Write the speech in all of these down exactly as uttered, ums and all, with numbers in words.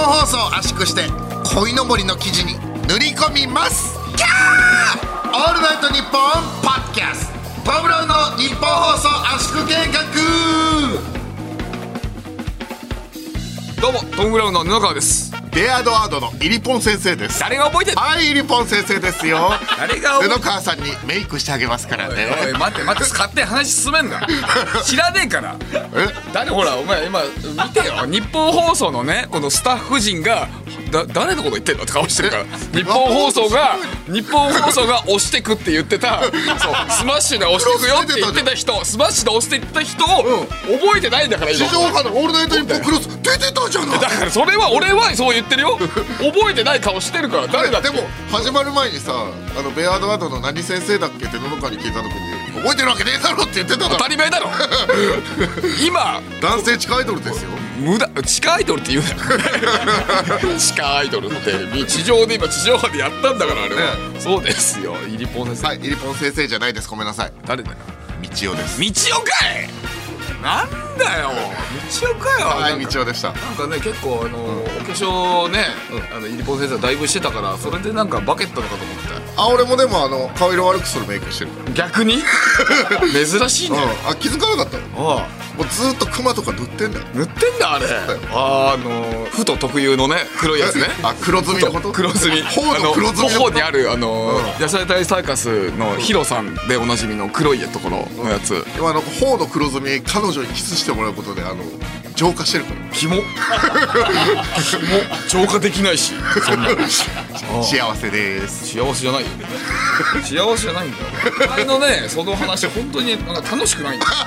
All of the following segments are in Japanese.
放送を圧縮して鯉のぼりの生地に塗り込みます。キャーオールナイトニッポンポッドキャストトム・ブラウンの日本放送圧縮計画。 どうもトム・ブラウンの布川です。 デアドワードのイリポン先生です。 誰が覚えてんの？ はい、イリポン先生ですよ。 誰が覚えてんの？ 布川さんにメイクしてあげますからね。 おいおい待って待って、勝手に話進めんな。知らねえから。 え誰ほらお前今見てよ、日本放送のねこのスタッフ陣がだ誰のこと言ってんのって顔してるから。日本放送が日本放送が押してくって言ってた、そうスマッシュで押してくよって言ってた人、スマッシュで押していった人を覚えてないんだから今。 地上波のオールナイトニッポンクロス出てたじゃない。 だからそれは俺はそう言ってるよ。覚えてない顔してるから誰だって。 でも始まる前にさ、あのベアードワードの何先生だっけって布川に聞いた時に覚えてるわけねえだろって言ってただろ。 当たり前だろ。今男性地下アイドルですよ。 無駄地下アイドルって言うなよ。地下アイドルって地上で今地上波でやったんだからあれは、ね、そうですよ。イリポン先生。 はい、イリポン先生じゃないです。ごめんなさい。 誰だよ。 みちおです。 みちおかい。なんだよみちおかよ。 はい、みちおでした。 なんかね結構あの、うん、お化粧ね、うん、あのイリポン先生はだいぶしてたから、それでなんかバケットのかと思って。 あ、俺もでもあの顔色悪くするメイクしてるから。 逆に珍しいね、 うん、あ、気づかなかったの。ああ、もうずっとクマとか塗ってんだよ。 塗ってんだあれ。あ、あのふと特有のね黒いやつね。 あ、黒ずみのこと。 黒ずみ。 頬の黒ずみのこと。 頬にあるあの、うん、野菜大サーカスのヒロさんでおなじみの黒いところのやつ。 でもあの頬の黒ずみ彼女にキスしてもらうことであの浄化してるから。 キモ。キモ。浄化できないし。そんな。 幸せです。 幸せじゃないよ。幸せじゃないんだよ。あれのねその話本当になんか楽しくないんだよ。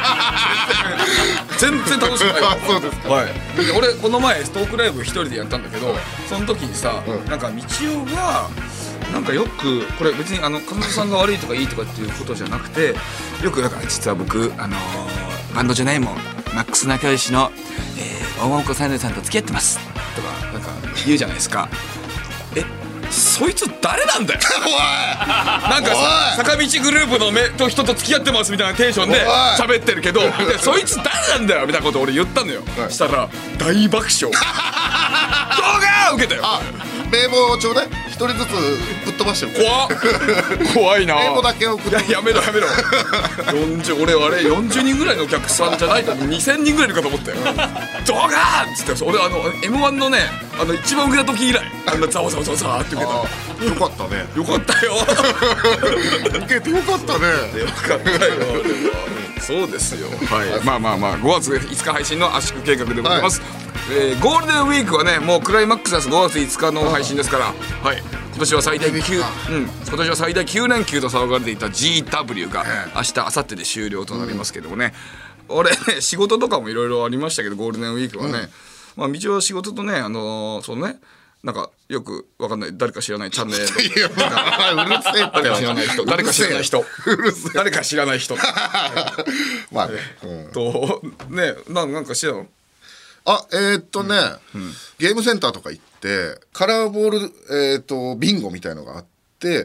全然楽しくないよ。 そうですか。 はい。俺この前トークライブ一人でやったんだけど、その時にさ、うん、なんかみちおがなんかよくこれ別にあの彼女さんが悪いとかいいとかっていうことじゃなくて、よくなんか実は僕あのー、バンドじゃないもんマックス仲良しの、えー、大桃子さんさんと付き合ってますとかなんか言うじゃないですか。え、そいつ誰なんだよ。なんかさ坂道グループのめと人と付き合ってますみたいなテンションで喋ってるけど、そいつ誰なんだよみたいなこと俺言ったのよ。したら大爆笑。動画受けたよ。 名簿ちょうだい。一人ずつぶっ飛ばしてる。 怖っ。怖いな。 名簿だけ送って。 やめろやめろ。よんじゅう俺あれよんじゅうにんぐらいのお客さんじゃないとにせんにんぐらいいるかと思ったよ。動画っつって俺あの エムワン のねあの一番受けた時以来あんなザワザワザワザワって受けた。 よかったね。 よかったよ。 受けてよかったね。 よかったよ。そうですよ。はい。まあまあまあごがついつか配信の圧縮計画でございます。はい、えー、ゴールデンウィークはねもうクライマックスです。ごがついつかの配信ですから、はい、今年は最大きゅう、うん、今年は最大きゅうれんきゅうと騒がれていた ジーダブリュー が明日明後日で終了となりますけどもね、うん、俺ね仕事とかもいろいろありましたけどゴールデンウィークはね、うん、まあ道は仕事とねあのー、そのねなんかよくわかんない誰か知らないチャンネル誰か知らない人誰か知らない人誰か知らない人まあね、 うん、とねななんかしてたの。 あ、えー、っとね、うんうん、ゲームセンターとか行ってカラーボール、えー、っとビンゴみたいのがあって。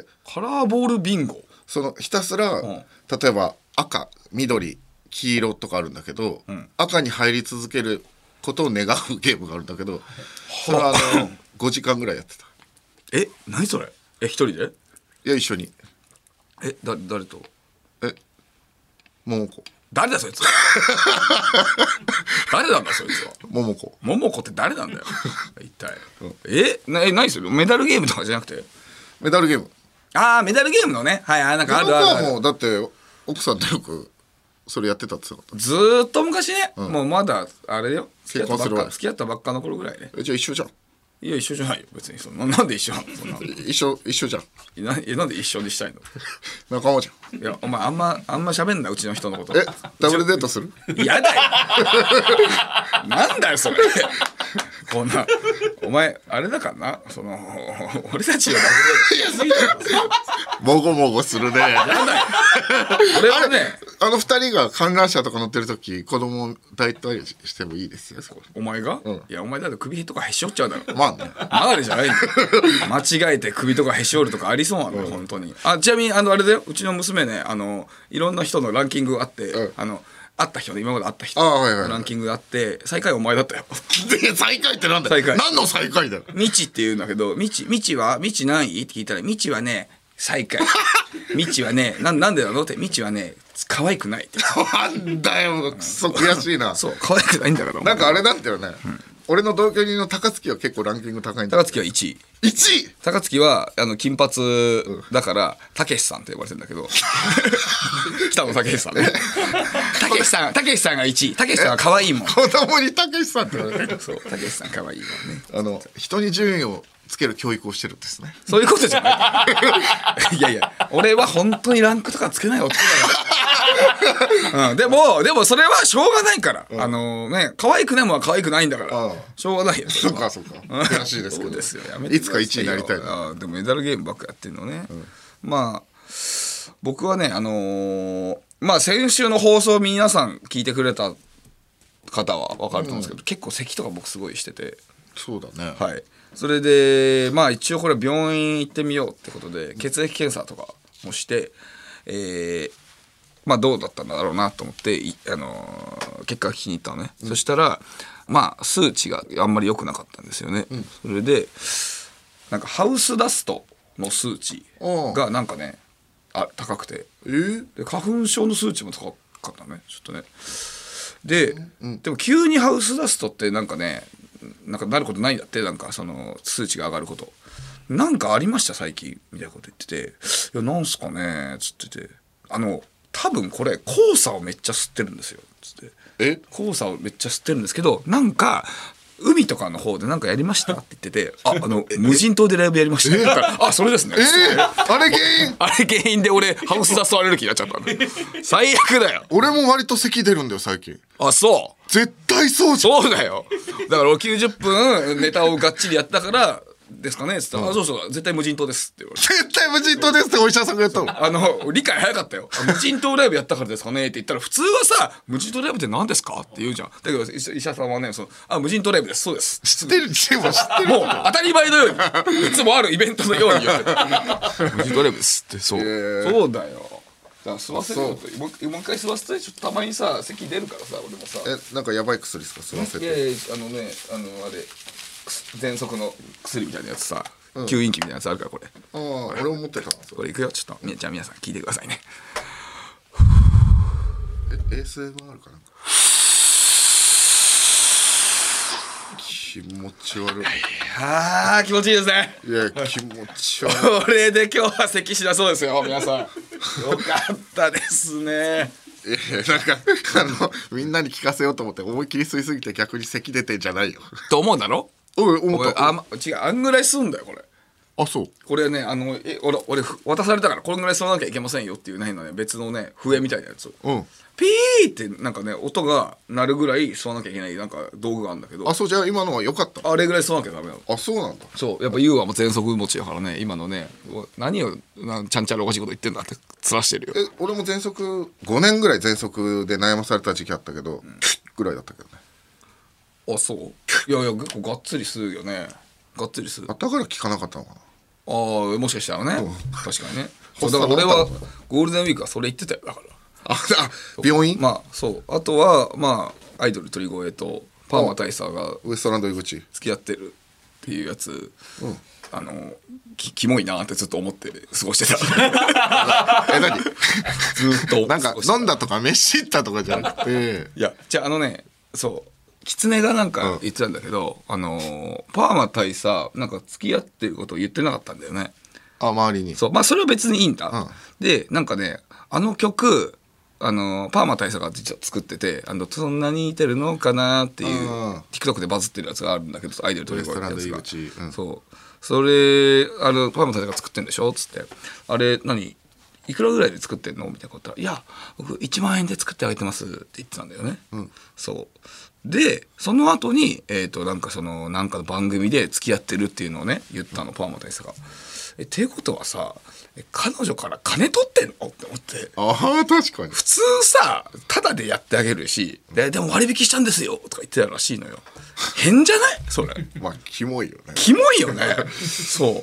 カラーボールビンゴ。 そのひたすら、うん、例えば赤緑黄色とかあるんだけど、うん、赤に入り続けることを願うゲームがあるんだけど、それはあのごじかんぐらいやってた。 え、何それ。え、一人で。 いや一緒に。 え、だ誰と。 え、桃子。 誰だそいつ。誰なんだそいつは。 桃子。 桃子って誰なんだよ一体、うん、えなえ何するメダルゲームとかじゃなくて。 メダルゲーム。 ああメダルゲームのね。はいはいなんかあるあるある。 もうだって奥さんとよくそれやってたって言ってた。 ずーっと昔ね、うん、もうまだあれよ結婚する付き合ったばっかの頃ぐらいね。 えじゃあ一緒じゃん。 いや一緒じゃないよ別に。そのなんで一緒なのそんな一緒一緒じゃん。 な, なんで一緒にしたいの。 仲間じゃん。いやお前あんまあんま喋んなうちの人のこと。 えダブルデートする。 やだよ。なんだよそれ。こんなお前あれだからなその俺たちがダブルデートすぎたからさ。 もごもごするね。やだよ。 俺はねあの二人が観覧車とか乗ってる時子供抱いたりしてもいいですよ。 お前が、うん、いやお前だって首とかへし折っちゃうだろ。 まあね流れじゃないんだよ。間違えて首とかへし折るとかありそうなのよ、うん、本当に。あちなみにあのあれだようちの娘ねあのいろんな人のランキングがあって、うん、あの会った人で今まで会った人あ、はいはいはい、 ランキングがあって最下位お前だったよ。 で最下位ってなんだよ。最下位何の最下位だよ。 みちって言うんだけど、みちみちはみち何位って聞いたら、みちはね最下位。みちはねななんでなのって、みちはね可愛くないって。 なんだよくそ悔しいな。 そう可愛くないんだから。 なんかあれだったよね、うん、俺の同居人の高槻は結構ランキング高いんだ。 高槻はいちい。 いちい高槻はあの金髪だからたけしさんって呼ばれてるんだけど北野たけしさんね。たけしさんたけしさんがいちい。たけしさんは可愛いもん。 子供にたけしさんって言われてる。 そうたけしさん可愛いもんね。 あの人に順位をつける教育をしてるんですね。 そういうことじゃない。いやいや俺は本当にランクとかつけないよ。うん、でもでもそれはしょうがないから、うん、あのね可愛くないもんは可愛くないんだから、うん、しょうがないよ。 そうかそうか。悔しいですけど。そうですよ。やめていつかいちいになりたいな。 でもメダルゲームばっかやってるのね、うん、まあ僕はねあのー、まあ先週の放送皆さん聞いてくれた方は分かると思うんですけど、うん、結構咳とか僕すごいしてて。 そうだね。 はい。それでまあ一応これ病院行ってみようってことで血液検査とかもして、えー、まあどうだったんだろうなと思って、あのー、結果聞きに行ったのね、うん、そしたらまあ数値があんまり良くなかったんですよね、うん、それでなんかハウスダストの数値がなんかねあ高くて、えー、で花粉症の数値も高かったねちょっとね。で、うん、でも急にハウスダストってなんかねなんかなることないんだって。なんかその数値が上がることなんかありました最近みたいなこと言ってて、いやなんすかねつってて、あの多分これ黄砂をめっちゃ吸ってるんですよつって。え黄砂をめっちゃ吸ってるんですけど、なんか海とかの方でなんかやりましたって言ってて、ああの無人島でライブやりましたって言ったら、あそれですね。えー、あれ原因あれ原因で俺ハウスダストアレルギーになっちゃったんだ。最悪だよ。 俺も割と咳出るんだよ最近。 あそう絶対そうじゃん。 そうだよ。だからきゅうじゅっぷんネタをがっちりやったからですかねっつったら、うん、あそうそう絶対無人島ですって言われて。 絶対無人島ですってお医者さんが言ったの。 あの理解早かったよ。無人島ライブやったからですかねって言ったら、普通はさ無人島ライブって何ですかって言うじゃん。だけど医者さんはねそのあ無人島ライブですそうです知ってる知ってるもう当たり前のようにいつもあるイベントのように言って無人島ライブですって。そう、えー、そうだよ。だから吸わせるともう一回吸わせてちょっとたまにさ咳出るからさ俺もさ。 えなんかやばい薬ですか吸わせて。 いやいやあのねあのあれ喘息の薬みたいなやつさ、うん、吸引器みたいなやつあるからこれ。ああ俺も持ってた。 これいくよちょっとじゃあ皆さん聞いてくださいね。 え エーエスエムアール かなんか。気持ち悪い。 あー気持ちいいですね。 いや気持ち悪い。 これで今日は咳しだそうですよ皆さん。よかったですね。 いやなんかあのみんなに聞かせようと思って思いっきり吸いすぎて逆に咳出てんじゃないよ。 と思うだろ。 おい思った。 あ違うあんぐらい吸うんだよこれ。 あそう。 これねあのえ俺俺渡されたからこれぐらい吸わなきゃいけませんよっていうねのね別のね笛みたいなやつ。うん。ピーってなんかね音が鳴るぐらい吸わなきゃいけないなんか道具があるんだけど。 あそうじゃあ今のは良かった。 あれぐらい吸わなきゃダメなの。 あそうなんだ。 そうやっぱユウはもう喘息持ちだからね今のね何をなちゃんちゃらおかしいこと言ってんだってつらしてるよ。 え俺も喘息ごねんぐらい喘息で悩まされた時期あったけど、うん、ぐらいだったけどね。 あそういやいや結構がっつり吸うよね。がっつり吸う。 だから効かなかったのかな。 ああもしかしたらね、うん、確かにね。そうだから俺はゴールデンウィークはそれ言ってたよだから。 あ病院まあそうあとはまあアイドル鳥越とパーマ大佐がウエストランド井口付き合ってるっていうやつ、うん、あのきキモいなってずっと思って過ごしてた。 え何ずっとなんか飲んだとか飯行ったとかじゃなくていやじゃああのねそう狐がなんか言ってたんだけど、うん、あのパーマ大佐なんか付き合ってることを言ってなかったんだよね。 あ周りにそうまあそれは別にいいんだ、うん、でなんかねあの曲あのパーマ大佐が実は作っててあのそんなに似てるのかなっていう TikTok でバズってるやつがあるんだけどアイドル取り込むやつが、うん、そうそれあのパーマ大佐が作ってんでしょっつってあれ何いくらぐらいで作ってんのみたいなこと言ったらいや僕いちまんえんで作ってあげてますって言ってたんだよね、うん、そうでその後にえっとなんかそのなんかの番組で付き合ってるっていうのをね言ったのパーマ大佐が。えっていうことはさ彼女から金取ってんのって思って。 ああ確かに普通さタダでやってあげるし で, でも割引したんですよとか言ってたらしいのよ。変じゃないそれ。 まあキモいよね。 キモいよね。そう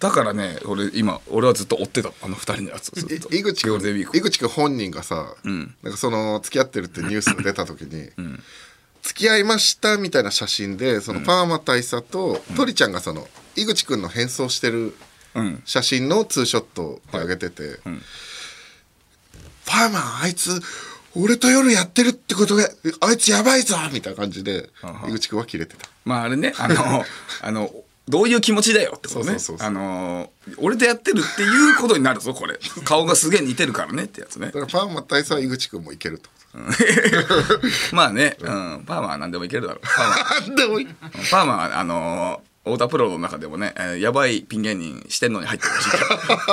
だからね俺今俺はずっと追ってたあのふたりのやつをずっと井口ゴールデンウィーク君井口君本人がさ、うん、なんかその付き合ってるってニュースが出た時に、うん、付き合いましたみたいな写真でそのパーマ大佐と、うん、鳥ちゃんがその井口君の変装してる写真のツーショットを上げてて、はいうん、パーマンあいつ俺と夜やってるってことであいつやばいぞみたいな感じで井口君はキレてた。 まああれねあのあのどういう気持ちだよってことね。あのー、俺とやってるっていうことになるぞこれ。顔がすげえ似てるからねってやつね。 だからパーマ大佐は井口君もいけると。 まあね、うん、パーマは何でもいけるだろう。パーマでもいい。 パーマはあのー太田プロの中でもね、えー、やばいピン芸人してんのに入ってるらしい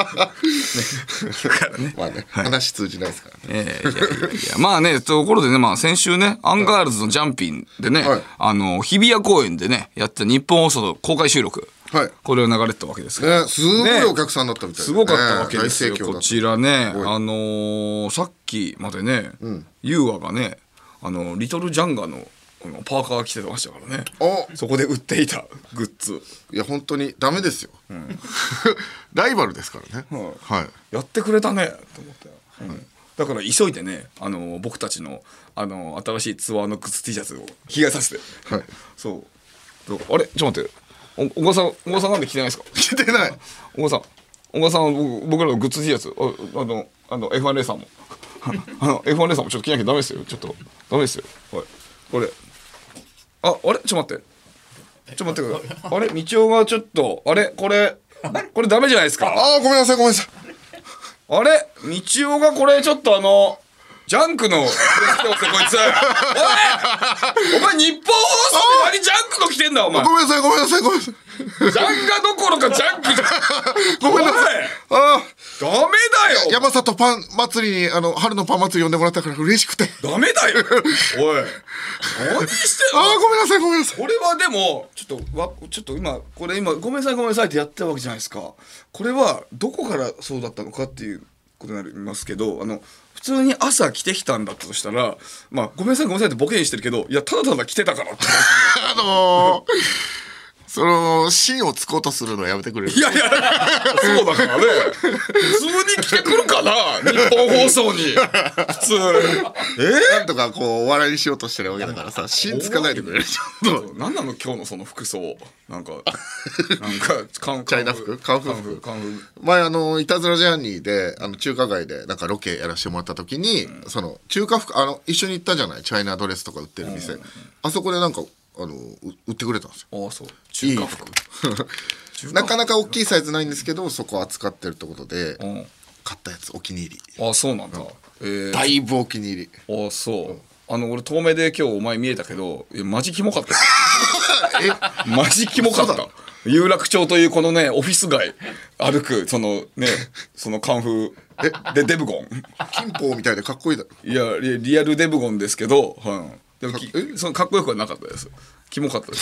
からね。 まあね、はい、話通じないですからね。 えー、いやいやいやまあねところでね、まあ、先週ねアンガールズのジャンピンでね、はい、あの日比谷公園でねやった日本放送の公開収録、はい、これを流れてたわけですけど、 ね、すごいお客さんだったみたいな、ね、 すごかったわけですよ、こちらねあのー、さっきまでね、うん、ユーアがねあのリトルジャンガのパーカー着てましたからね。そこで売っていたグッズ。 いや本当にダメですよ、うん、ライバルですからね、はいはい、 やってくれたねと思って、うんはい、だから急いでねあの僕たちのあの新しいツアーのグッズ T シャツを着替えさせて、はい、そうあれちょっと待ってお小川さん小川さんなんで着てないですか。 着てない小川さん小川さんは僕らのグッズ T シャツああのあの エフワン レーサーもあの エフワン レーサーもちょっと着なきゃダメですよちょっとダメですよ、はい、これあ、あれちょっと待ってちょっと待ってくださいあれ道夫がちょっとあれこれこれダメじゃないですか。 ああごめんなさいごめんなさいあれ道夫がこれちょっとあのジャンクのこいつおいお前日本放送で何ジャンクの着てんだお前。 ごめんなさいごめんなさいごめんなさいジャンガどころかジャンクじゃんごめんなさいあダメだよ。 山里パン祭りにあの春のパン祭り呼んでもらったから嬉しくてダメだよおい何してんの。 あごめんなさいごめんなさい。 これはでもちょっとわちょっと今これ今ごめんなさいごめんなさいってやってたわけじゃないですか。これはどこからそうだったのかっていうことになりますけどあの普通に朝着てきたんだったとしたらまあごめんなさいごめんなさいってボケにしてるけどいやただただ着てたからってあのーその芯をつこうとするのやめてくれる。 いやいやそうだからね普通に来てくるかな日本放送に普通えなんとかこうお笑いにしようとしてるわけだからさ芯つかないでくれる。 何なの今日のその服装なんかなんかカンチャイナ服カンフー服前あのいたずらジャーニーであの中華街でなんかロケやらせてもらった時に、うん、その中華服あの一緒に行ったじゃないチャイナドレスとか売ってる店、うん、あそこでなんかあの売ってくれたんですよ。 ああそう中華服なかなか大きいサイズないんですけどそこ扱ってるってことで、うん、買ったやつお気に入り。 ああそうなんだ、うんえー、だいぶお気に入り。ああそう、うん、あの俺遠目で今日お前見えたけどマジキモかったえマジキモかった有楽町というこのねオフィス街歩くそのねそのカンフーでデブゴン金峰みたいでかっこいいだろ。 いやリアルデブゴンですけど、はい、でもそのかっこよくはなかったです。キモかったです。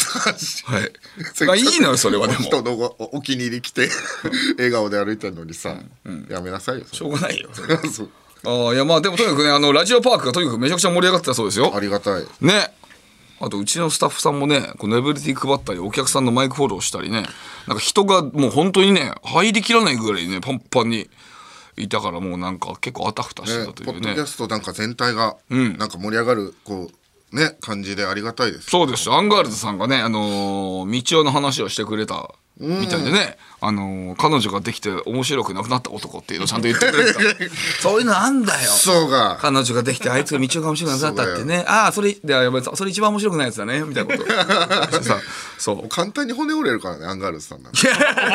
はい。まあいいのよそれはでも。 人のお気に入り来て笑顔で歩いてるのにさ、うん、やめなさいよ。 しょうがないよ。ああいやまあでもとにかくねあのラジオパークがとにかくめちゃくちゃ盛り上がってたそうですよ。 ありがたい。 ね。あとうちのスタッフさんもねこのエブリティ配ったりお客さんのマイクフォローしたりねなんか人がもう本当にね入りきらないぐらいねパンパンに。いたからもうなんか結構あたふたしてたというね。 ポッドキャストなんか全体がなんか盛り上がるこうね感じでありがたいです。 そうですアンガールズさんがねあのー、道夫の話をしてくれたみたいでね、あのー、彼女ができて面白くなくなった男っていうのをちゃんと言ってくれたそういうのあんだよ。 そうか彼女ができてあいつが道夫が面白くなくなったってねああそれでやばいそれ一番面白くないやつだねみたいなことさそう簡単に骨折れるからねアンガールズさんなんて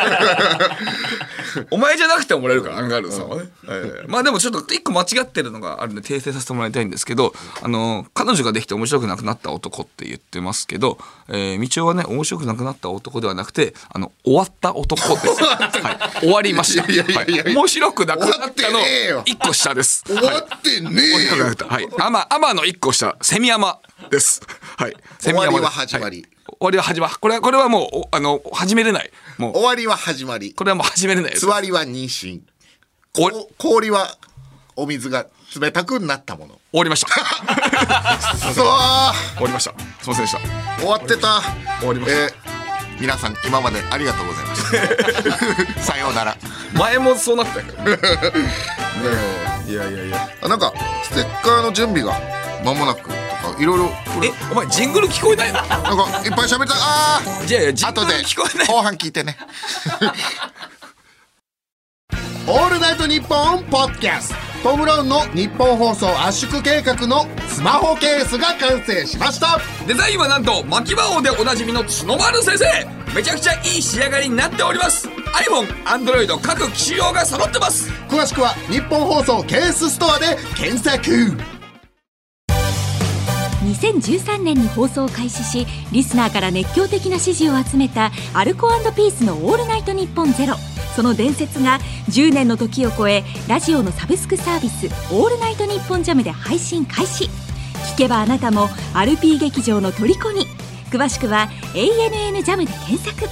お前じゃなくても折れるからアンガールズさんはね、うんえー、まあでもちょっと一個間違ってるのがあるんで訂正させてもらいたいんですけどあのー、彼女ができて面白くなくなった男って言ってますけど、えー、道夫はね面白くなくなった男ではなくてあの終わった男です、はい、終わりました。いやいやいや、はい、面白くなくなったの一個下です。 終わってねえよ。 はい、アマアマの一個下セミアマです。はい、 セミアマ終わりは始まり、はい、 終わりは始まりこれこれはもうあの始めれないもう終わりは始まりこれはもう始めれないです。 つわりは妊娠こ氷はお水が冷たくなったもの。 終わりましたそう終わりましたすいませんでした。 終わってた終わりました、 えー皆さん今までありがとうございましたさようなら。 前もそうなったけどねいやいやいや、 あ、なんかステッカーの準備が間もなくとかいろいろ。 え、お前ジングル聞こえないの？ なんかいっぱい喋った。ああ、 いやいや、ジング後でル聞こえない。 後半聞いてね。 オールナイトニッポンポッドキャスト、トム・ブラウンの日本放送圧縮計画のスマホケースが完成しました。 デザインはなんと牧場王でおなじみの角丸先生。めちゃくちゃいい仕上がりになっております。 iPhone、Android 各機種用が揃ってます。 詳しくは日本放送ケースストアで検索。 にせんじゅうさんねんに放送を開始し、リスナーから熱狂的な支持を集めたアルコ&ピースのオールナイトニッポンゼロ。その伝説がじゅうねんの時を超え、ラジオのサブスクサービスオールナイトニッポンジャムで配信開始。聞けばあなたもアルピー劇場の虜に。詳しくは エーエヌエヌ ジャムで検索。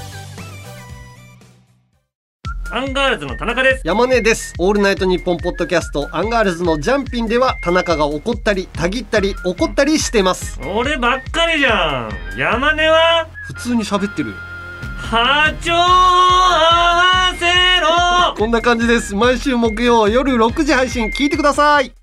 アンガールズの田中です。 山根です。オールナイトニッポンポッドキャストアンガールズのジャンピンでは、田中が怒ったりたぎったり怒ったりしてます。 俺ばっかりじゃん。山根は普通に喋ってるよ。 波長合わせろ。 こんな感じです。毎週木曜夜ろくじ配信、聞いてください。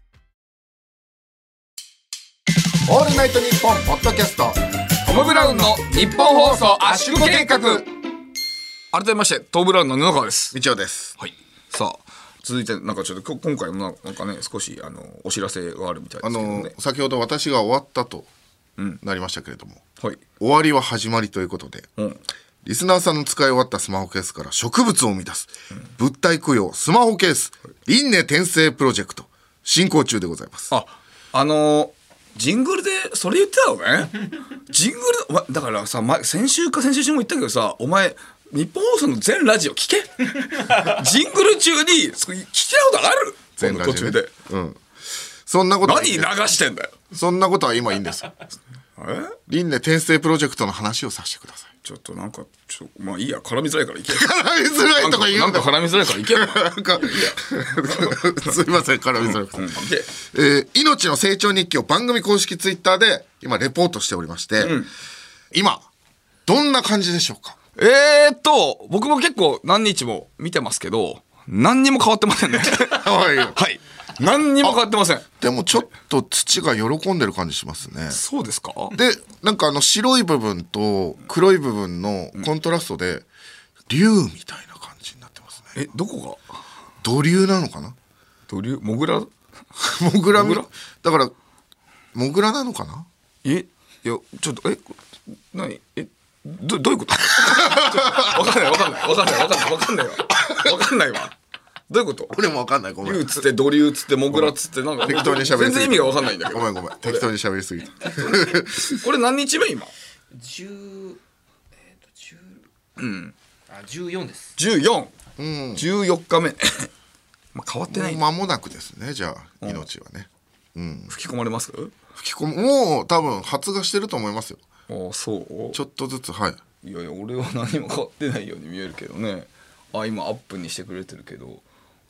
オールナイトニッポンポッドキャスト、 トム・ブラウンの日本放送圧縮計画。改めましてトム・ブラウンの布川です。 道夫です。 はい。さあ続いてなんかちょっと今回もなんかね少しあのお知らせがあるみたいですけどね。 あの先ほど私が終わったとなりましたけれども、 はい、 終わりは始まりということで、うん、リスナーさんの使い終わったスマホケースから植物を生み出す、うん、物体供養スマホケース、はい、輪廻転生プロジェクト進行中でございます。 あ、あのー、ジングルでそれ言ってたよね。ジングルだからさ、前先週か先週中も言ったけどさ、お前日本放送の全ラジオ聞け。ジングル中に聞きたことある？ 全ラジオ、ね、 途中で、 うん、そんなことはいいん何流してんだよ。 そんなことは今いいんですよ。え？輪廻転生プロジェクトの話をさせてください。 ちょっとなんかちょまあいいや、絡みづらいからいけ。 絡みづらいとか言うんだよ。 なんか絡みづらいからいけ。なんかすいません、絡みづらくて、うんうん、えー、命の成長日記を番組公式ツイッターで今レポートしておりまして、うん、今どんな感じでしょうか。 えーっと僕も結構何日も見てますけど、何にも変わってませんね。 はい、 はい何にも変わってません。 でもちょっと土が喜んでる感じしますね。 そうですか。 でなんかあの白い部分と黒い部分のコントラストで竜みたいな感じになってますね。 え、どこが土竜なのかな。 土竜、モグラモグラだからモグラなのかな。 え、いやちょっとえ何えど, どういうこと。わかんないわかんないわかんないわかんないわかんないわわかんないわ。どういうこと。 俺もわかんない。ごめん。 竜つって土竜つってモグラつってなんか適当に喋りすぎ全然意味がわかんないんだけど。 ごめんごめん。適当に喋りすぎた。 これ何日目今。 十えっ、ー、と十うんあ十四です。 十四。 うん。 十四日目。まあ変わってない。 もう間もなくですね。じゃあ命はね。うん。 吹き込まれます？ 吹き込むもう多分発芽してると思いますよ。 ああそう。 ちょっとずつはい。 いやいや俺は何も変わってないように見えるけどね。あ今アップにしてくれてるけど。うん、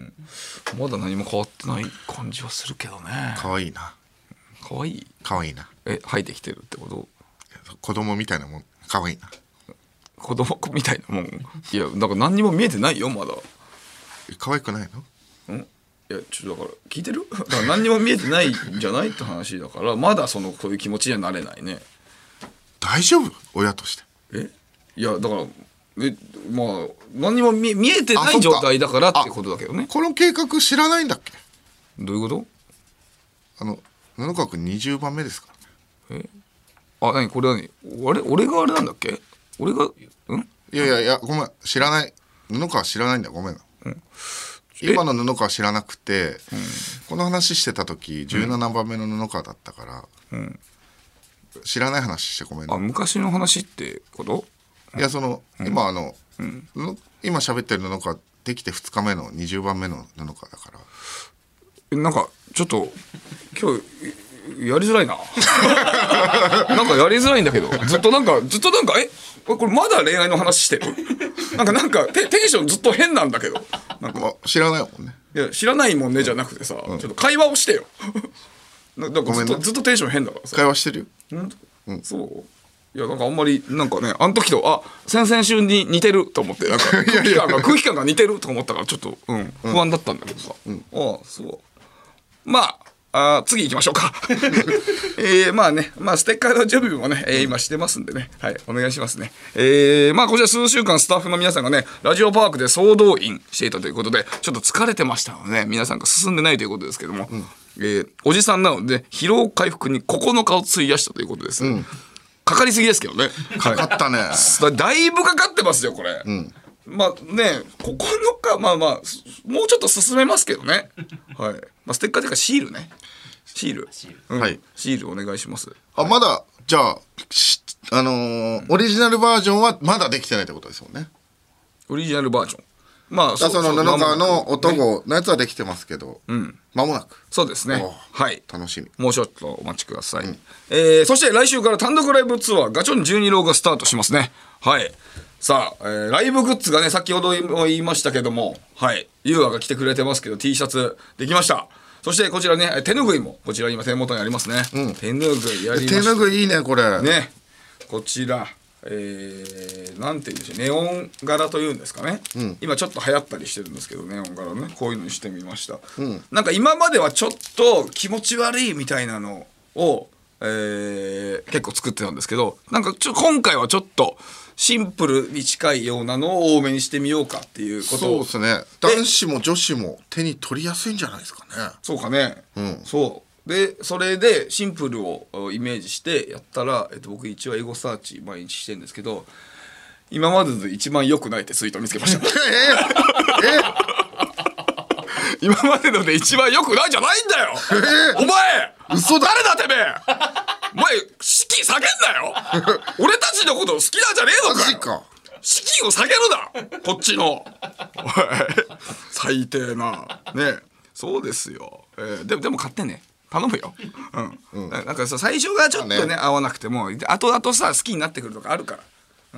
まだ何も変わってない感じはするけどね。 可愛いな。 可愛い。 可愛いな。 え、生えてきてるってこと？ 子供みたいなもん。可愛いな。 子供みたいなもん。いや、だから何にも見えてないよまだ。 可愛くないの？ん？いや、ちょっとだから聞いてる？だから何にも見えてないんじゃないって話だから、まだそのこういう気持ちにはなれないね。 大丈夫？親として。 え？いやだから。えまあ何にも 見, 見えてない状態だからってことだけどね。 この計画知らないんだっけ。 どういうこと。 あの布川君にじゅうばんめですからね。 えあ何これは何あれ俺があれなんだっけ。俺がんいやいやいやごめん知らない。布川知らないんだよごめん、うん、今の布川知らなくて、うん、この話してた時じゅうななばんめの布川だったから、うん、知らない話してごめんね。 あ昔の話ってこと。 いやその、うん、今あの、うん、今喋ってる布川できてふつかめのにじゅうばんめの布川だからなんかちょっと今日やりづらいな。なんかやりづらいんだけどずっとなんかずっとなんかえこれまだ恋愛の話してる。なんかなんか テ, テンションずっと変なんだけどなんか知らないもんね。 いや知らないもんねじゃなくてさ、うん、ちょっと会話をしてよ。なんかずっと、ずっとテンション変だからさ。 会話してるよ。 うん、うん、そういやなんかあんまりなんかねあの時とあ先々週に似てると思ってなんか空気感が空気感が似てると思ったからちょっと、うん、不安だったんだけどさ、うん、ああそうまああ次行きましょうかえー、まあねまあステッカーの準備もね、えー、今してますんでねはいお願いしますねえー、まあこちら数週間スタッフの皆さんがねラジオパークで総動員していたということでちょっと疲れてましたのでね皆さんが進んでないということですけども、うんえー、おじさんなので疲労回復にここのかを費やしたということです、うんかかりすぎですけどね。 かかったね。 だいぶかかってますよこれ。うん、まあねここのかまあまあもうちょっと進めますけどね。はい。まあステッカーというかシールね。シール。うん、はい。シールお願いします。 あまだじゃああのー、オリジナルバージョンはまだできてないってことですもんね。 オリジナルバージョン。まあその布川の男のやつはできてますけど、うん、間もなくそうですねはい楽しみもうちょっとお待ちください、うんえー、そして来週から単独ライブツアーガチョンじゅうにろうがスタートしますねはいさあ、えー、ライブグッズがね先ほど言いましたけどもはいユーアが来てくれてますけど T シャツできましたそしてこちらね手ぬぐいもこちら今手元にありますね、うん、手ぬぐいやりました手ぬぐいいいねこれねこちらえー、なんて言うんでしょうネオン柄というんですかね、うん、今ちょっと流行ったりしてるんですけどネオン柄ねこういうのにしてみました、うん、なんか今まではちょっと気持ち悪いみたいなのを、えー、結構作ってたんですけどなんかちょ今回はちょっとシンプルに近いようなのを多めにしてみようかっていうことをそうですね男子も女子も手に取りやすいんじゃないですかねそうかね、うん、そうでそれでシンプルをイメージしてやったら、えっと、僕一応エゴサーチ毎日してるんですけど今までで一番良くないってツイート見つけましたええ今までので一番良くないじゃないんだよ、えー、お前嘘だ誰だてめえお前士気下げんなよ俺たちのこと好きなんじゃねえのかよマジか士気を下げるなこっちの最低なねそうですよ、えー、でもでも買ってね頼むよ、うんうん、なんかさ最初がちょっとね、ね合わなくても後々さ好きになってくるとかあるから、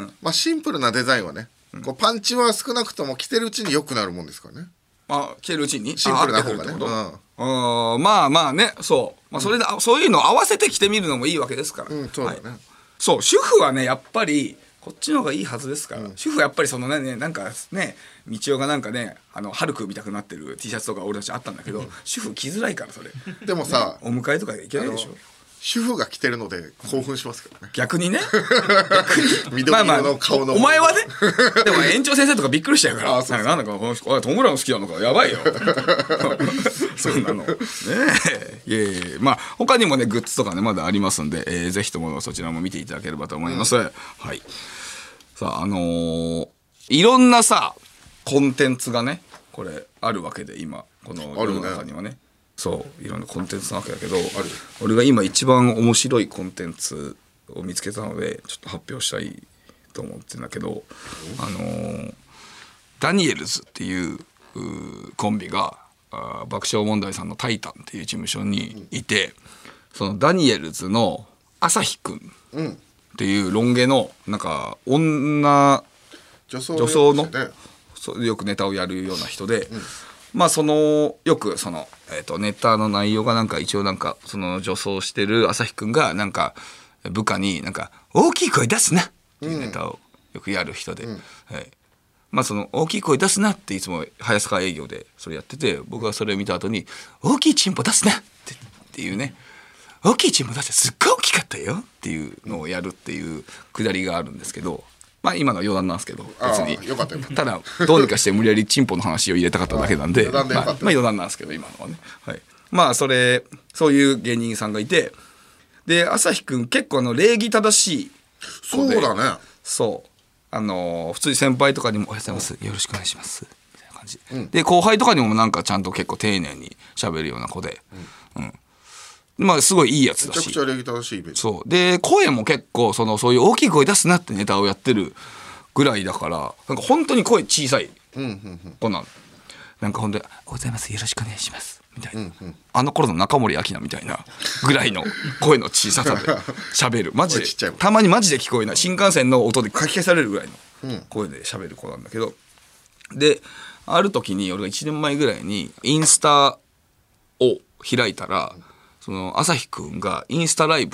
うんまあ、シンプルなデザインはね、うん、こうパンチは少なくとも着てるうちに良くなるもんですからねあ着てるうちにシンプルな方がね、 うん、まあまあねそう、まあ、それで、うん、そういうのを合わせて着てみるのもいいわけですから、 うんそうだねはい、 そう主婦はねやっぱりこっちの方がいいはずですから、うん、主婦はやっぱりそのねなんかね道夫がなんかねあのハルク見たくなってる T シャツとか俺たちあったんだけど、うん、主婦着づらいからそれでもさ、 ね、お迎えとかいけないでしょ主婦が着てるので興奮しますけどね逆にね緑色の顔の、 まあまあ、お, お前はねでも園長先生とかびっくりしちゃうからあそうそうなんだかこの人トム・ブラウン好きなのかやばいよそんなのねえいえいえまあ他にもねグッズとかねまだありますんで、えー、ぜひともそちらも見ていただければと思います、うん、はいさああのー、いろんなさコンテンツがねこれあるわけで今この世の中にはねそういろんなコンテンツなわけだけど俺が今一番面白いコンテンツを見つけたのでちょっと発表したいと思ってるんだけど、あのー、ダニエルズっていう、うコンビがあ爆笑問題さんのタイタンっていう事務所にいて、そのダニエルズの朝日くんっていうロン毛のなんか女女装のよくネタをやるような人で、うん、まあそのよくその、えー、とネタの内容がなんか一応なんかその女装してる朝日くんがなんか部下になんか大きい声出すなっていうネタをよくやる人で、うんはい、まあその大きい声出すなっていつも早坂営業でそれやってて、僕はそれを見た後に大きいチンポ出すな って、っていうね、大きいチンポ出してすっごい大きかったよっていうのをやるっていうくだりがあるんですけど、まあ今のは余談なんですけど別によかったよただどうにかして無理やりチンポの話を入れたかっただけなんでまあ、まあ余談なんですけど今のはね、はい、まあそれそういう芸人さんがいて、で朝日くん結構あの礼儀正しい子で、 そうだね、 そうあのー、普通に先輩とかにもおはようございますよろしくお願いしますみたいな感じ、うん、で後輩とかにもなんかちゃんと結構丁寧に喋るような子で、うんうんまあすごいいいやつだし、 めちゃくちゃ礼儀正しいイメージ。 そうで声も結構そのそういう大きい声出すなってネタをやってるぐらいだからなんか本当に声小さい子なの、なんか本当におはようございますよろしくお願いしますみたいな、うんうん、あの頃の中森明菜みたいなぐらいの声の小ささで喋るマジでたまにマジで聞こえない新幹線の音でかき消されるぐらいの声で喋る子なんだけど、である時に俺がいちねんまえぐらいにインスタを開いたらその朝日くんがインスタライブを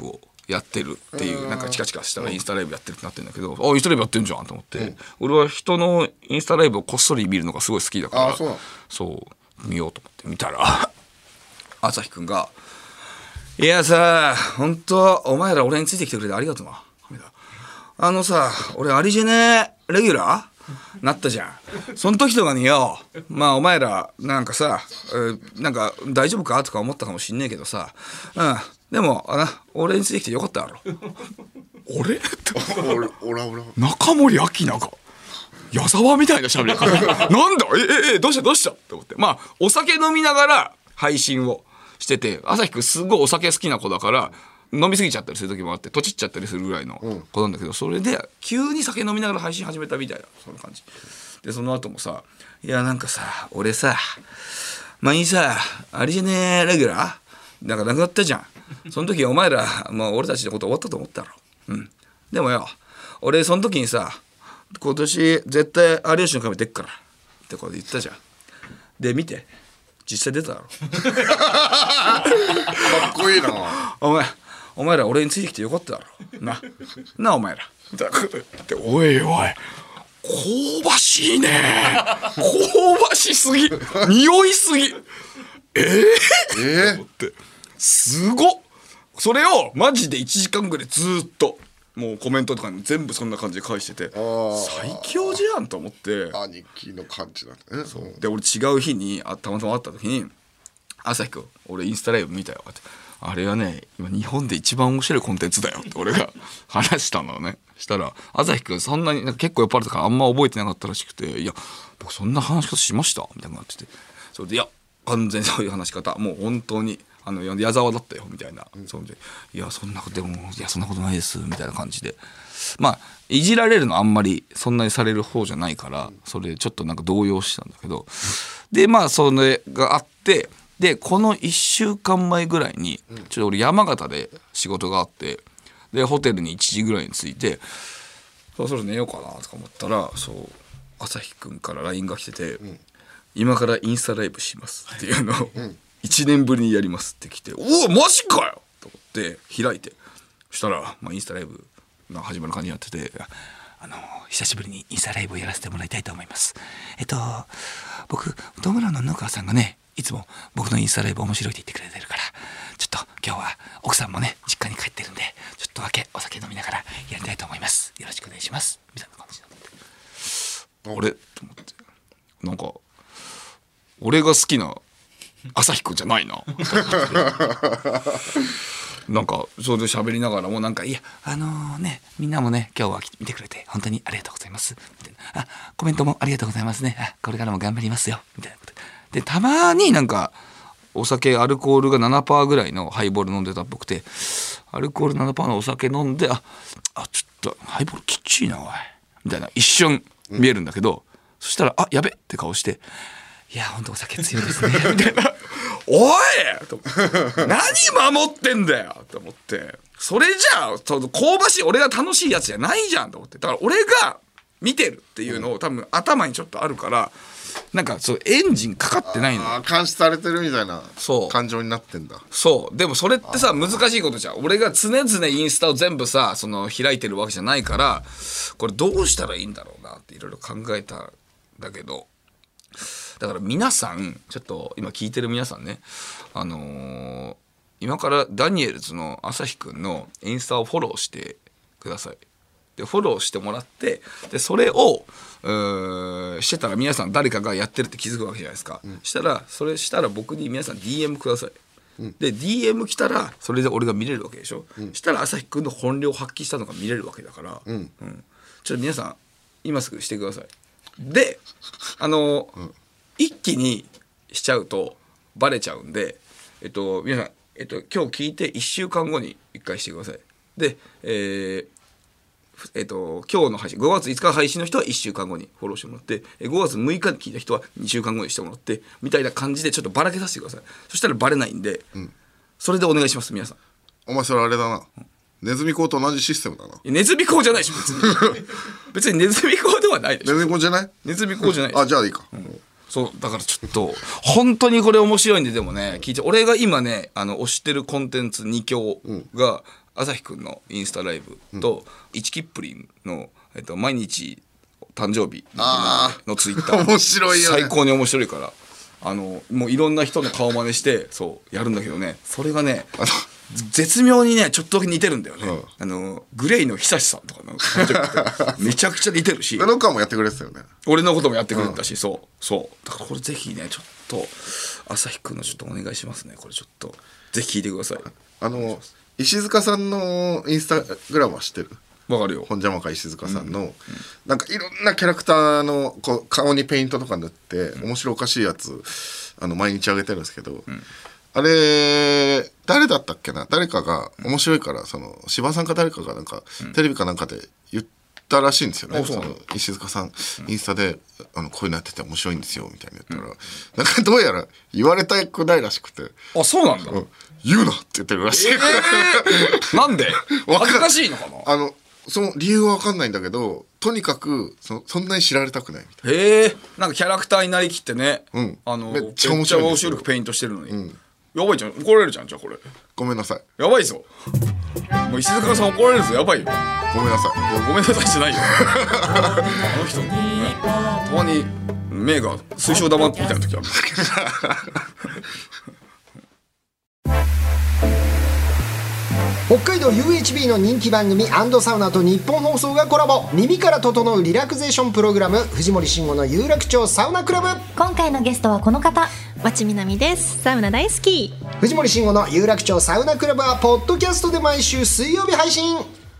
やってるっていうなんかチカチカしたらインスタライブやってるってなってるんだけど、あインスタライブやってるじゃんと思って、うん、俺は人のインスタライブをこっそり見るのがすごい好きだから、 あそうそう見ようと思って見たら朝日くんが「いやさ本当お前ら俺についてきてくれてありがとうな」みたいな。あのさ俺アリジェネレギュラーなったじゃん。その時とかによまあお前らなんかさ、えー、なんか大丈夫かとか思ったかもしんねえけどさ、うんでもあな俺についてきてよかったやろ。俺俺俺俺中森明菜が矢沢みたいなしゃべり方なんだえええどうしたどうしたって思って、まあお酒飲みながら配信をしてて、朝日くんすごいお酒好きな子だから飲みすぎちゃったりする時もあってとちっちゃったりするぐらいの子なんだけど、それで急に酒飲みながら配信始めたみたいなそんな感じで、その後もさいやなんかさ俺さ前にさアリジェネレギュラーなんかなくなったじゃん。その時お前らもう俺たちのこと終わったと思ったろ。うんでもよ俺その時にさ今年絶対有吉の壁出っからってこと言ったじゃん。で見て実際出ただろかっこいいなお前お前ら俺についてきてよかっただろななお前らだっておいおい香ばしいね香ばしすぎ匂いすぎえー、えー、ってすごっ。それをマジでいちじかんぐらいずっともうコメントとかに全部そんな感じで返してて最強じゃんと思って、 兄貴の感じなんだね。 そうで俺違う日にあたまたま会った時に朝日くん俺インスタライブ見たよってあれはね今日本で一番面白いコンテンツだよって俺が話したのね。したら朝日くんそんなになんか結構酔っ払ってからあんま覚えてなかったらしくて、いや僕そんな話し方しましたみたいなのがあってて、それでいや完全にそういう話し方もう本当にあの矢沢だったよみたいな、うん、そんでいやそんなことでもいやそんなことないですみたいな感じで、まあいじられるのあんまりそんなにされる方じゃないから、うん、それちょっとなんか動揺したんだけど、でまあそれがあってでこのいっしゅうかんまえぐらいにちょっと俺山形で仕事があってでホテルにいちじぐらいに着いてそろそろ寝ようかなとか思ったらそう朝日くんから ライン が来てて、うん、今からインスタライブしますっていうのを、うんいちねんぶりにやりますって来て、おおマジかよと思って開いて、そしたら、まあ、インスタライブが始まる感じになってて、あの久しぶりにインスタライブをやらせてもらいたいと思います。えっと僕トムラの布川さんがねいつも僕のインスタライブ面白いって言ってくれてるからちょっと今日は奥さんもね実家に帰ってるんでちょっとだけお酒飲みながらやりたいと思います。よろしくお願いしますみたいな感じになって、あれと思ってなんか俺が好きな朝日くんじゃないななんかそれで喋りながらもなんかいやあのー、ねみんなもね今日は見てくれて本当にありがとうございますみたいな、あコメントもありがとうございますね、あこれからも頑張りますよみたいなことで、たまになんかお酒アルコールが ななパーセント ぐらいのハイボール飲んでたっぽくて、アルコール ななパーセント のお酒飲んでああちょっとハイボールきっちいなおいみたいな一瞬見えるんだけど、うん、そしたらあやべって顔していやほんとお酒強いですねみたいなおいと何守ってんだよと思って、それじゃあ香ばしい俺が楽しいやつじゃないじゃんと思って、だから俺が見てるっていうのを多分頭にちょっとあるからなんかそうエンジンかかってないの、 あ監視されてるみたいな感情になってんだ。 そうでもそれってさ難しいことじゃん。俺が常々インスタを全部さその開いてるわけじゃないからこれどうしたらいいんだろうなっていろいろ考えたんだけど、だから皆さんちょっと今聞いてる皆さんね、あのー、今からダニエルズの朝日くんのインスタをフォローしてください。でフォローしてもらってでそれをしてたら皆さん誰かがやってるって気づくわけじゃないですか、うん、したらそれしたら僕に皆さん ディーエム ください、うん、で ディーエム 来たらそれで俺が見れるわけでしょ、うん、したら朝日くんの本領を発揮したのが見れるわけだから、うんうん、ちょっと皆さん今すぐしてください。であの、うん、一気にしちゃうとバレちゃうんで、えっと皆さん、えっと、今日聞いていっしゅうかんごにいっかいしてください。で、えーえっと、今日の配信ごがついつか配信の人はいっしゅうかんごにフォローしてもらってごがつむいかに聞いた人はにしゅうかんごにしてもらってみたいな感じでちょっとばらけさせてください。そしたらバレないんで、うん、それでお願いします皆さん。 お前それあれだな、うん、ネズミ講と同じシステムだな。 ネズミ講じゃないし別に別にネズミ講ではないでしょ。 ネズミ講じゃないネズミ講じゃないあじゃあいいか、うん、 そうだからちょっと本当にこれ面白いんででもね聞いて俺が今ねあの推してるコンテンツに強が、うん朝日くんのインスタライブと、うん、一キップリンの、えっと、毎日誕生日のツイッター面白いよね。 最高に面白いからあのもういろんな人の顔真似してそうやるんだけどね、それがね絶妙にねちょっとだけ似てるんだよね、うん、あのグレイの久志さんとかのめちゃくちゃ似てるし布川もやってくれてたよね。 俺のこともやってくれたし、うん、そうそうだからこれぜひねちょっと朝日くんのちょっとお願いしますね。これちょっとぜひ聞いてください。 あの石塚さんのインスタグラムは知ってる？ わかるよ。 本邪魔か石塚さんの、うんうん、なんかいろんなキャラクターのこう顔にペイントとか塗って、うん、面白おかしいやつあの毎日あげてるんですけど、うん、あれ誰だったっけな、誰かが面白いからその柴さんか誰かがなんか、うん、テレビかなんかで言ったらしいんですよね。その石塚さん、うん、インスタであのこういうのやってて面白いんですよみたいに言ったら、うん、なんかどうやら言われたくないらしくて、 あそうなんだ、うん、 言うなって言ってるらしい、えー、なんで恥ずかしいのかな。 あのその理由は分かんないんだけどとにかく そ, そんなに知られたくないみたいな。 へえ、なんかキャラクターになりきってね、 うん、 あのめっちゃ面白いんですよ。 めっちゃ面白くペイントしてるのに、うん、やばいじゃん、怒られるじゃん。じゃあこれごめんなさい、 やばいぞもう石塚さん怒られるぞ、やばいよ。 ごめんなさい。 いやごめんなさいじゃないよあの人、ね、たまに目が水晶玉みたいな時ある北海道 ユーエイチビー の人気番組&サウナと日本放送がコラボ、耳から整うリラクゼーションプログラム、藤森慎吾の有楽町サウナクラブ。 今回のゲストはこの方、町みなみです。サウナ大好き。 藤森慎吾の有楽町サウナクラブはポッドキャストで毎週水曜日配信。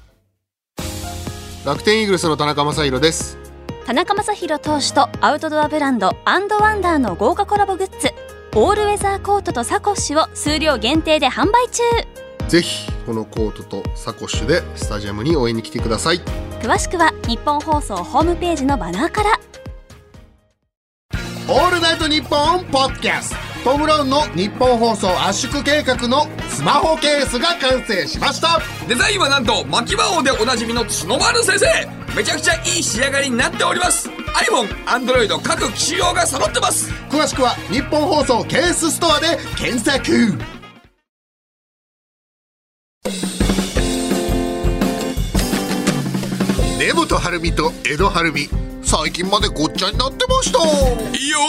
楽天イーグルスの田中将大です。 田中将大投手とアウトドアブランドアンドワンダーの豪華コラボグッズ、オールウェザーコートとサコッシュを数量限定で販売中。 ぜひこのコートとサコッシュでスタジアムに応援に来てください。 詳しくは日本放送ホームページのバナーから。 オールナイトニッポンポッドキャスト、トム・ブラウンの日本放送圧縮計画のスマホケースが完成しました。 デザインはなんと牧場王でおなじみの角丸先生。めちゃくちゃいい仕上がりになっております。 iPhone、Android 各機種用が揃ってます。 詳しくは日本放送ケースストアで検索。根本晴美と江戸晴美、最近までごっちゃになってました。 いいよ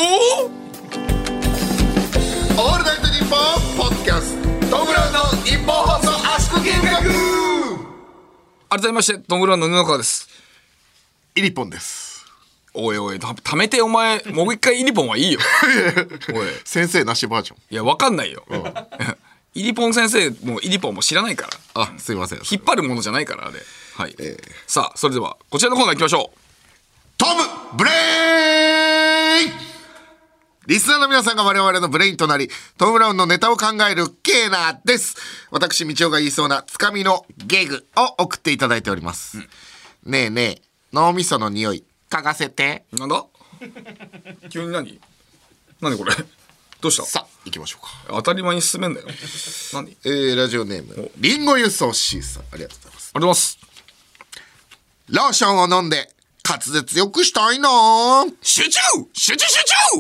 ー。オールナイトニッポンポッドキャスト、トム・ブラウンの日本放送圧縮計画。 改めましてトム・ブラウンの布川です。 イリポンです。 おいおい、た, ためてお前もう一回イリポンはいいよおい先生なしバージョン。 いやわかんないよ、うん、イリポン先生もイリポンも知らないから。 あ、すいません。 引っ張るものじゃないからあれ。はい、 えー、 さあそれではこちらのコーナー行きましょう。 トムブレイン。リスナーの皆さんが我々のブレインとなり、トム・ブラウンのネタを考えるケーナーです。私道夫が言いそうなつかみのゲグを送っていただいております、うん、ねえねえ脳みその匂い嗅がせて。 なんだ急に何何これどうした。 さあ行きましょうか。 当たり前に進めんだよ何、 えー、ラジオネームリンゴ輸送 C さん、ありがとうございます。 ありがとうございます。 ローションを飲んで滑舌よくしたいな。 集中集中集中。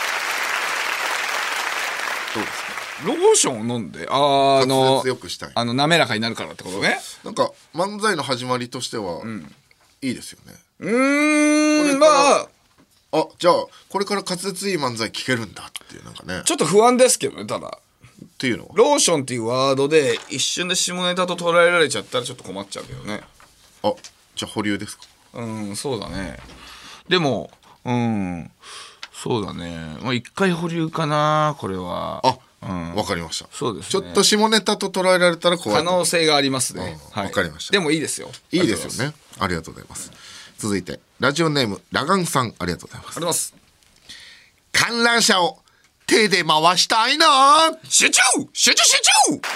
どうですか。 ローションを飲んで、あーあの滑舌よくしたい、 あの滑らかになるからってことね。 なんか漫才の始まりとしては、うん、いいですよね。 うーん、まああ、じゃあこれから滑舌いい漫才聞けるんだっていう、なんかねちょっと不安ですけどね。ただっていうのはローションっていうワードで一瞬で下ネタと捉えられちゃったらちょっと困っちゃうけどね。 あ、じゃあ保留ですか。 うん、そうだね。でもうんそうだね、まあ一回保留かなこれは。 あ、 うん、 わかりました。 そうですね。 ちょっと下ネタと捉えられたら怖い。 可能性がありますね。 わ、はい、かりました。 でもいいですよ。 いいですよね。ありがとうございます。続いてラジオネームラガンさん、ありがとうございます。ありがとうございます。観覧車を手で回したいな。 集中集中集中。こ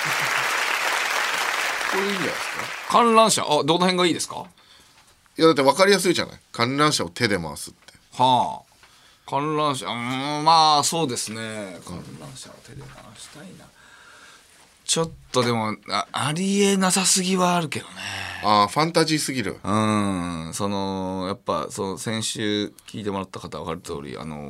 れいいんじゃないですか。 観覧車、あ、どの辺がいいですか。 いやだって分かりやすいじゃない。観覧車を手で回すって。 はあ、観覧車、うーん、まあそうですね。観覧車を手で回したいな。ちょっとでも あ, ありえなさすぎはあるけどね。 ああ、ファンタジーすぎる。 うん、そのやっぱその先週聞いてもらった方は分かる通り、あの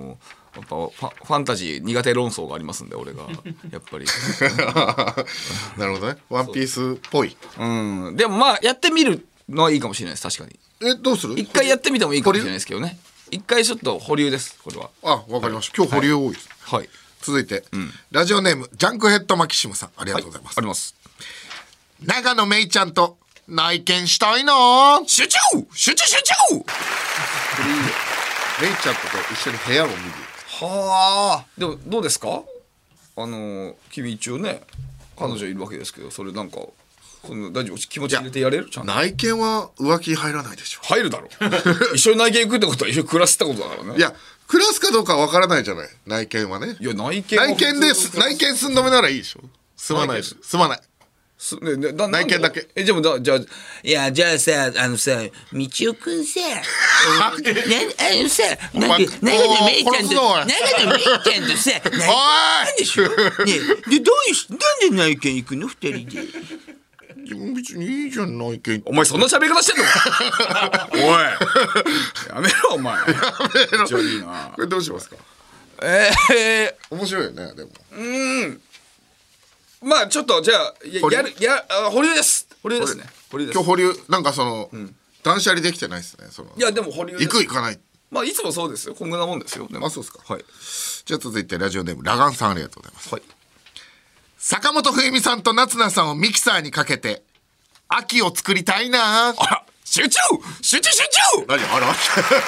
やっぱファ、ファンタジー苦手論争がありますんで俺がやっぱりなるほどね。ワンピースっぽい。 うんでもまあやってみるのはいいかもしれないです。確かにえどうする？ 一回やってみてもいいかもしれないですけどね。一回ちょっと保留ですこれは。 あ、わかりました。今日保留多いです。 はい、はい、 続いて、うん、ラジオネームジャンクヘッドマキシムさん、ありがとうございます。 はい、あります。 長野めいちゃんと内見したいな。 集中集中集中。 これいいよ。めいちゃんと一緒に部屋を見る。 はあ。でもどうですか？あの君一応ね彼女いるわけですけど、それなんかその大丈夫？気持ち入れてやれる？ちゃんと内見は浮気入らないでしょ。 入るだろ一緒に内見行くってことは一緒に暮らすってことだからね。 いや暮らすかどうかわからないじゃない内見はね。 いや内見内見です内見すんのめならいいでしょ。すまないですすまないす、ねね、だ内見だけ。 えでもだじゃあいやじゃあさあのさ道夫くんさなあのさなんか長野めいちゃんと長野めいちゃんとさなんでしょねでどういうなんで内見行くの二人で。 別にいいじゃん内見。 お前そんな喋り方してんのかおいやめろお前やめろ。 いいな。 これどうしますか？ ええー、面白いよね。でもうんまあちょっとじゃあやるやあ保留です保留ですね保留です。 今日保留なんかその、うん、断捨離できてないですね。そのいやでも保留です。 行く行かないまあいつもそうですよこんなもんですよ。 あそうですか。 はい。 じゃあ続いてラジオネームラガンさんありがとうございます。はい。坂本冬美さんと夏菜さんをミキサーにかけて秋を作りたいな。 あら集中集中集中。 何あらなんだあ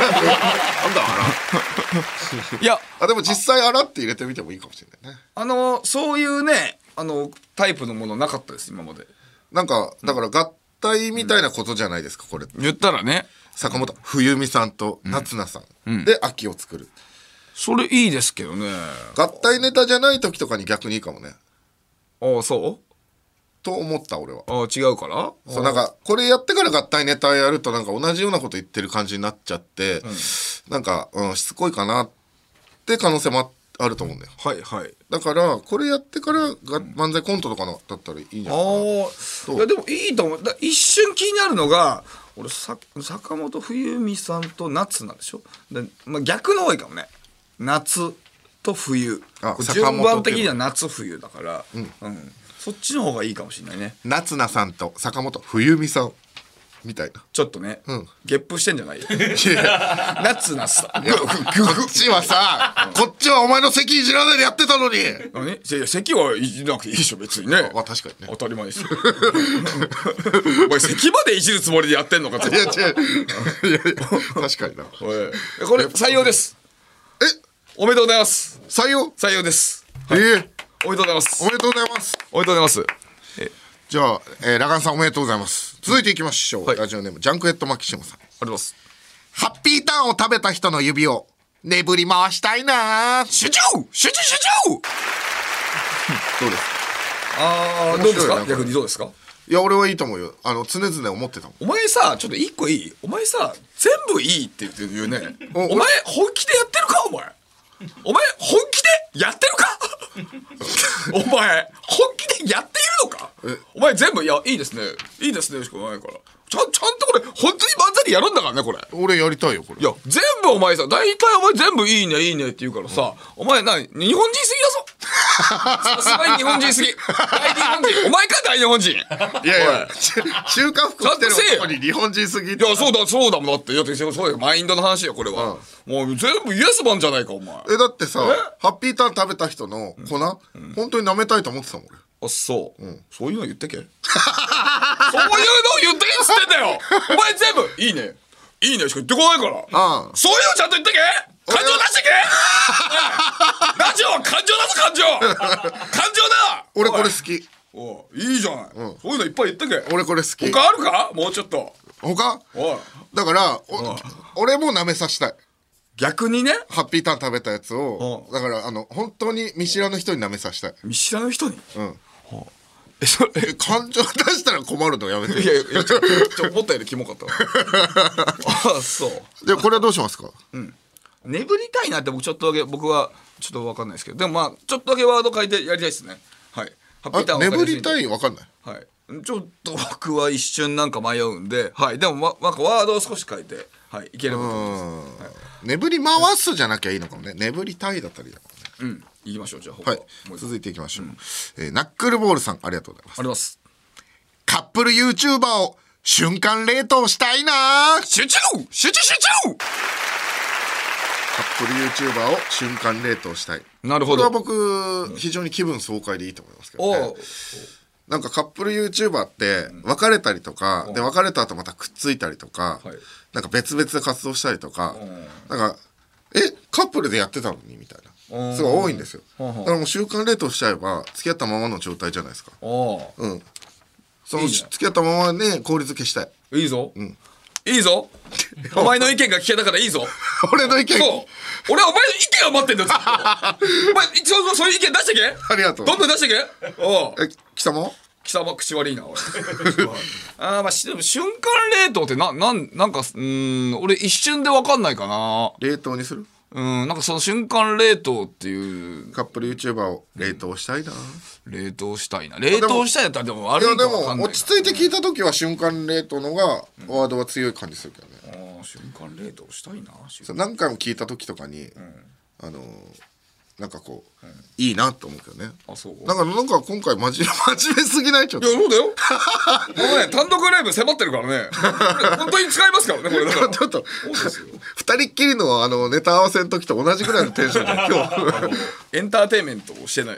らいやあでも実際あらって入れてみてもいいかもしれないね。 あのそういうねあのタイプのものなかったです今まで。 なんかだから合体みたいなことじゃないですかこれ。 言ったらね坂本冬美さんと夏菜さんで秋を作る。 それいいですけどね。 合体ネタじゃない時とかに逆にいいかもね。 ああそうと思った俺は。 ああ違うからそうなんかこれやってから合体ネタやるとなんか同じようなこと言ってる感じになっちゃって、うん、なんか、うん、しつこいかなって可能性もあると思うんだよ。 はいはい。 だからこれやってからが漫才コントとかのだったらいいんじゃないかな。あいやでもいいと思う。だ一瞬気になるのが俺さ坂本冬美さんと夏なんでしょ。で、まあ、逆の多いかもね。夏と冬順番的には夏冬だから、うんうん、そっちの方がいいかもしれないね。 夏菜さんと坂本冬美さんみたいなちょっとね、うん、ゲップしてんじゃないよ夏菜さんこっちはさ、うん、こっちはお前の席いじらないでやってたのに。 何いや席はいじらなくていいでしょ別にね。 まあ確かにね当たり前ですよお前席までいじるつもりでやってんのか。いや違ういやいや確かにな。 これ採用です。 えおめでとうございます。 採用採用です。 はい、えー、 おめでとうございます。 おめでとうございます。 おめでとうございます。 えじゃあ、えー、ラガンさんおめでとうございます。続いていきましょう、はい、ラジオネームジャンクヘッドマキシムさんありがとうございます。 ハッピーターンを食べた人の指をねぶり回したいな。 集中集中集中どうですか。 あーどうですか逆にどうですか。 いや俺はいいと思うよ。あの常々思ってたもん。 お前さちょっと一個いい。お前さ全部いいって言って言うねお, お前本気でやってるかお前お前本気でやってるかお前本気でやっているのか。お前全部いやいいですねいいですねしかないからちゃんちゃんとこれ本当に漫才でやるんだからねこれ。 俺やりたいよこれ。いや全部お前さ大体お前全部いいねいいねって言うからさ、うん、お前何日本人すぎだぞさすがに日本人すぎ大日本人お前か大日本人。いやいや中華服着てる男に日本人すぎ。 いやそうだそうだもんだってだってそうよマインドの話よこれは、うん、もう全部イエスマンじゃないかお前。 えだってさハッピーターン食べた人の粉、うん、本当に舐めたいと思ってたもん俺。 あそう、うん、そういうの言ってけそういうの言ってけっつってんだよお前全部いいねいいねしか言ってこないから、ああそういうのちゃんと言ってけ感情出してけラジオは感情だぞ感情感情だ。 俺これ好き。 おいいじゃない、うん、そういうのいっぱい言ってけ。 俺これ好き。 他あるかもうちょっと他おいだから俺も舐めさせたい逆にね。 ハッピーターン食べたやつをだからあの本当に見知らぬ人に舐めさせたい。 見知らぬ人にうんえそれ感情出したら困るのやめて。 いやいやちょちょ思ったよりキモかったあそうでこれはどうしますか。 うん眠りたいなって僕ちょっとだけ僕はちょっと分かんないですけどでもまあちょっとだけワード書いてやりたいですね。はいハッピーターン眠りたい分かんない。 はいちょっと僕は一瞬なんか迷うんではいでも、ま、なんかワードを少し書いてはいいければと思います、はい眠り回すじゃなきゃいいのかもね。眠りたいだったらいいだからね。 うん、行きましょう。じゃあ、 はい、続いていきましょう、うんえー、ナックルボールさんありがとうございます。 あります。 カップル YouTuber を瞬間冷凍したいな。 集中集中集中。 カップル YouTuber を瞬間冷凍したい。 なるほど。 これは僕非常に気分爽快でいいと思いますけどね。なんかカップル YouTuber って別れたりとか、うん、で別れた後またくっついたりとか、はい、なんか別々で活動したりとか、うん、なんかえカップルでやってたのにみたいなすごい多いんですよ。だからもう週間冷凍しちゃえば付き合ったままの状態じゃないですか。うん。そのいい、ね、付き合ったままで効率付けしたい。 いいぞ。うん。いいぞ。お前の意見が聞けたからいいぞ。 俺の意見。 そう。俺はお前の意見を待ってんだよ。お前一応そういう意見出してけ。 ありがとう。 どんどん出してけ。おう。 え貴様？ 貴様口悪いな。俺ああまあ瞬間冷凍ってななんなんかうん俺一瞬で分かんないかな。 冷凍にする？ うんなんかその瞬間冷凍っていうカップル YouTuber を冷凍したいな。 冷凍したいな。冷凍したいやったらでも悪いか分かんない。いやでも落ち着いて聞いた時は瞬間冷凍のがワードは強い感じするけどね。 うん、あ瞬間冷凍したいな。 何回も聞いた時とかに、うん、あのー、なんかこう、うん、いいなと思うけどね。あそうなんかなんか今回真面真面目すぎないちょっと。 いやそうだよ。もうね単独ライブ迫ってるからね。本当に使いますからねこれだから。 ちょっと二人っきりのあのネタ合わせの時と同じぐらいのテンションで今日エンターテインメントをしてない。はい、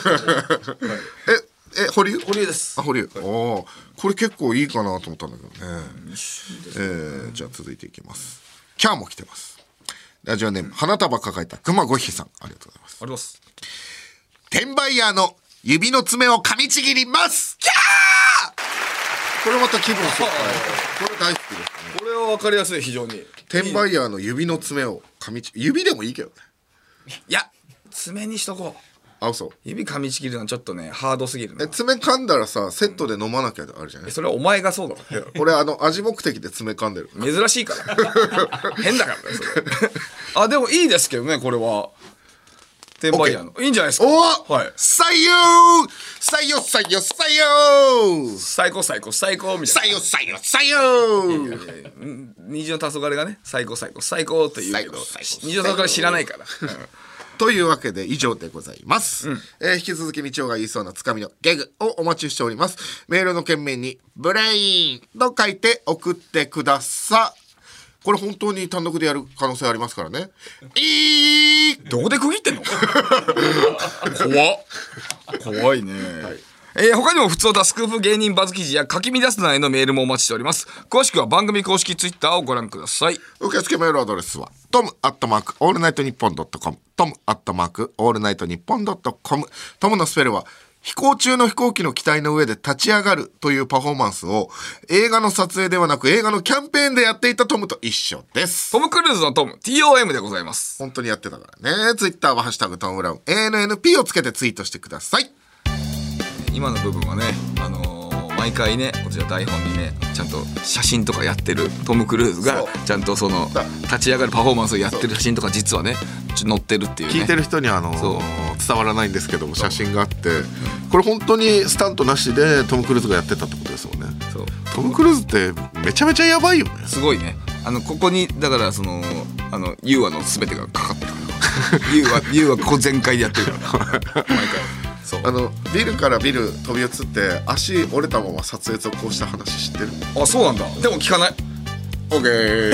ええ保留？ 保留です。 あ保留。はい、ああこれ結構いいかなと思ったんだけどね。うん、えー、じゃあ続いていきます。キャーも来てます。ラジオネーム、うん、花束抱えた熊ごひさんありがとうございます。 あります。 転売ヤーの指の爪を噛みちぎります。キャー。これまた気分爽快。これ大好きですね。 これは分かりやすい非常に。 転売ヤーの指の爪を噛みち指でもいいけどね。 いや爪にしとこう。 あそう。 指噛みちぎるのはちょっとねハードすぎるな。 え爪噛んだらさセットで飲まなきゃあるじゃない。 それはお前がそうだろ。 俺あの味目的で爪噛んでる。 珍しいから変だからねそれ。あでもいいですけどねこれは転売ヤーのいいんじゃないですか。 おはい採用採用採用採用最高最高最高みたいな。 採用採用採用虹の黄昏がね最高最高最高って言うけど虹の黄昏知らないからというわけで以上でございます、うんえー、引き続き道夫が言いそうなつかみのギャグをお待ちしております。メールの件名にブレインと書いて送ってください。これ本当に単独でやる可能性ありますからね。いーどこで区切ってんの怖っ怖いね、はいえー、他にも普通だスクープ芸人バズ記事や書き乱すなへのメールもお待ちしております。詳しくは番組公式ツイッターをご覧ください。 受付メールアドレスはトムアットマークオールナイトニッポンドットコムトムアットマークオールナイトニッポンドットコム。トムのスペルは飛行中の飛行機の機体の上で立ち上がるというパフォーマンスを映画の撮影ではなく映画のキャンペーンでやっていたトムと一緒です。 トムクルーズのトム ティーオーエム でございます。 本当にやってたからね。ツイッターはハッシュタグトムブラウン エーエヌエヌピー をつけてツイートしてください。 今の部分はね、あのー、毎回ねこちら台本にねちゃんと写真とかやってるトム・クルーズがちゃんとその立ち上がるパフォーマンスをやってる写真とか実はね載ってるっていうね。 聞いてる人にあのー、伝わらないんですけども写真があってこれ本当にスタントなしでトム・クルーズがやってたってことですもんね。そうトム・クルーズってめちゃめちゃやばいよね。 すごいね。あのここにだからそのあのユーアの全てがかかってるユーはユーはここ全開でやってるから毎回そうあのビルからビル飛び移って足折れたまま撮影続行した話知ってる？ あそうなんだ。でも聞かない。 オッケー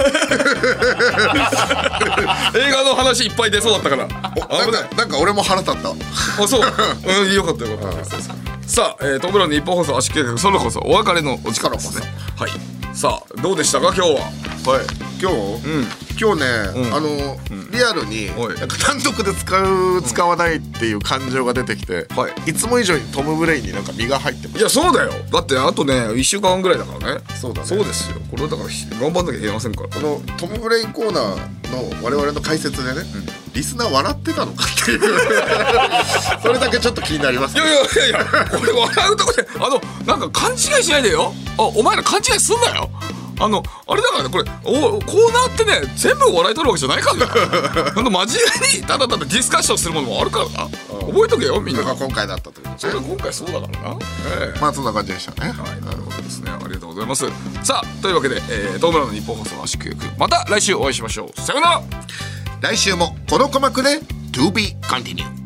映画の話いっぱい出そうだったからなんか、なんか俺も腹立った。 あそう、うん、よかったよかったさあ、えー、トムブラウンの日本放送圧縮計画そろこそお別れのお時間ですね。はいさあどうでしたか今日は。 はい今日、うん、今日ね、うん、あの、うん、リアルになんか単独で使う使わないっていう感情が出てきて、はい、いつも以上にトム・ブレインになんか身が入ってます。 いやそうだよ。だってあとねいっしゅうかんぐらいだからね。 そうだね。 そうですよ。これだから頑張んなきゃいけませんから。 このトム・ブレインコーナーの我々の解説でね、うん、リスナー笑ってたのかっていうそれだけちょっと気になりますけど。 いやいやいやいやこれ笑うとこであのなんか勘違いしないでよ。あお前ら勘違いすんなよ。 あのあれだからねこれおコーナーってね全部お笑い取るわけじゃないからなほんと真面目にただただディスカッションするものもあるからな、覚えとけよみんな。 が今回だったということそれが今回そうだからな、えー、 まあそんな感じでしたね。 はい、なるほどですね、ありがとうございます。さあというわけで、えー、トムラの日本放送の圧縮局また来週お会いしましょう。さようなら。 来週もこの鼓膜で To be continued。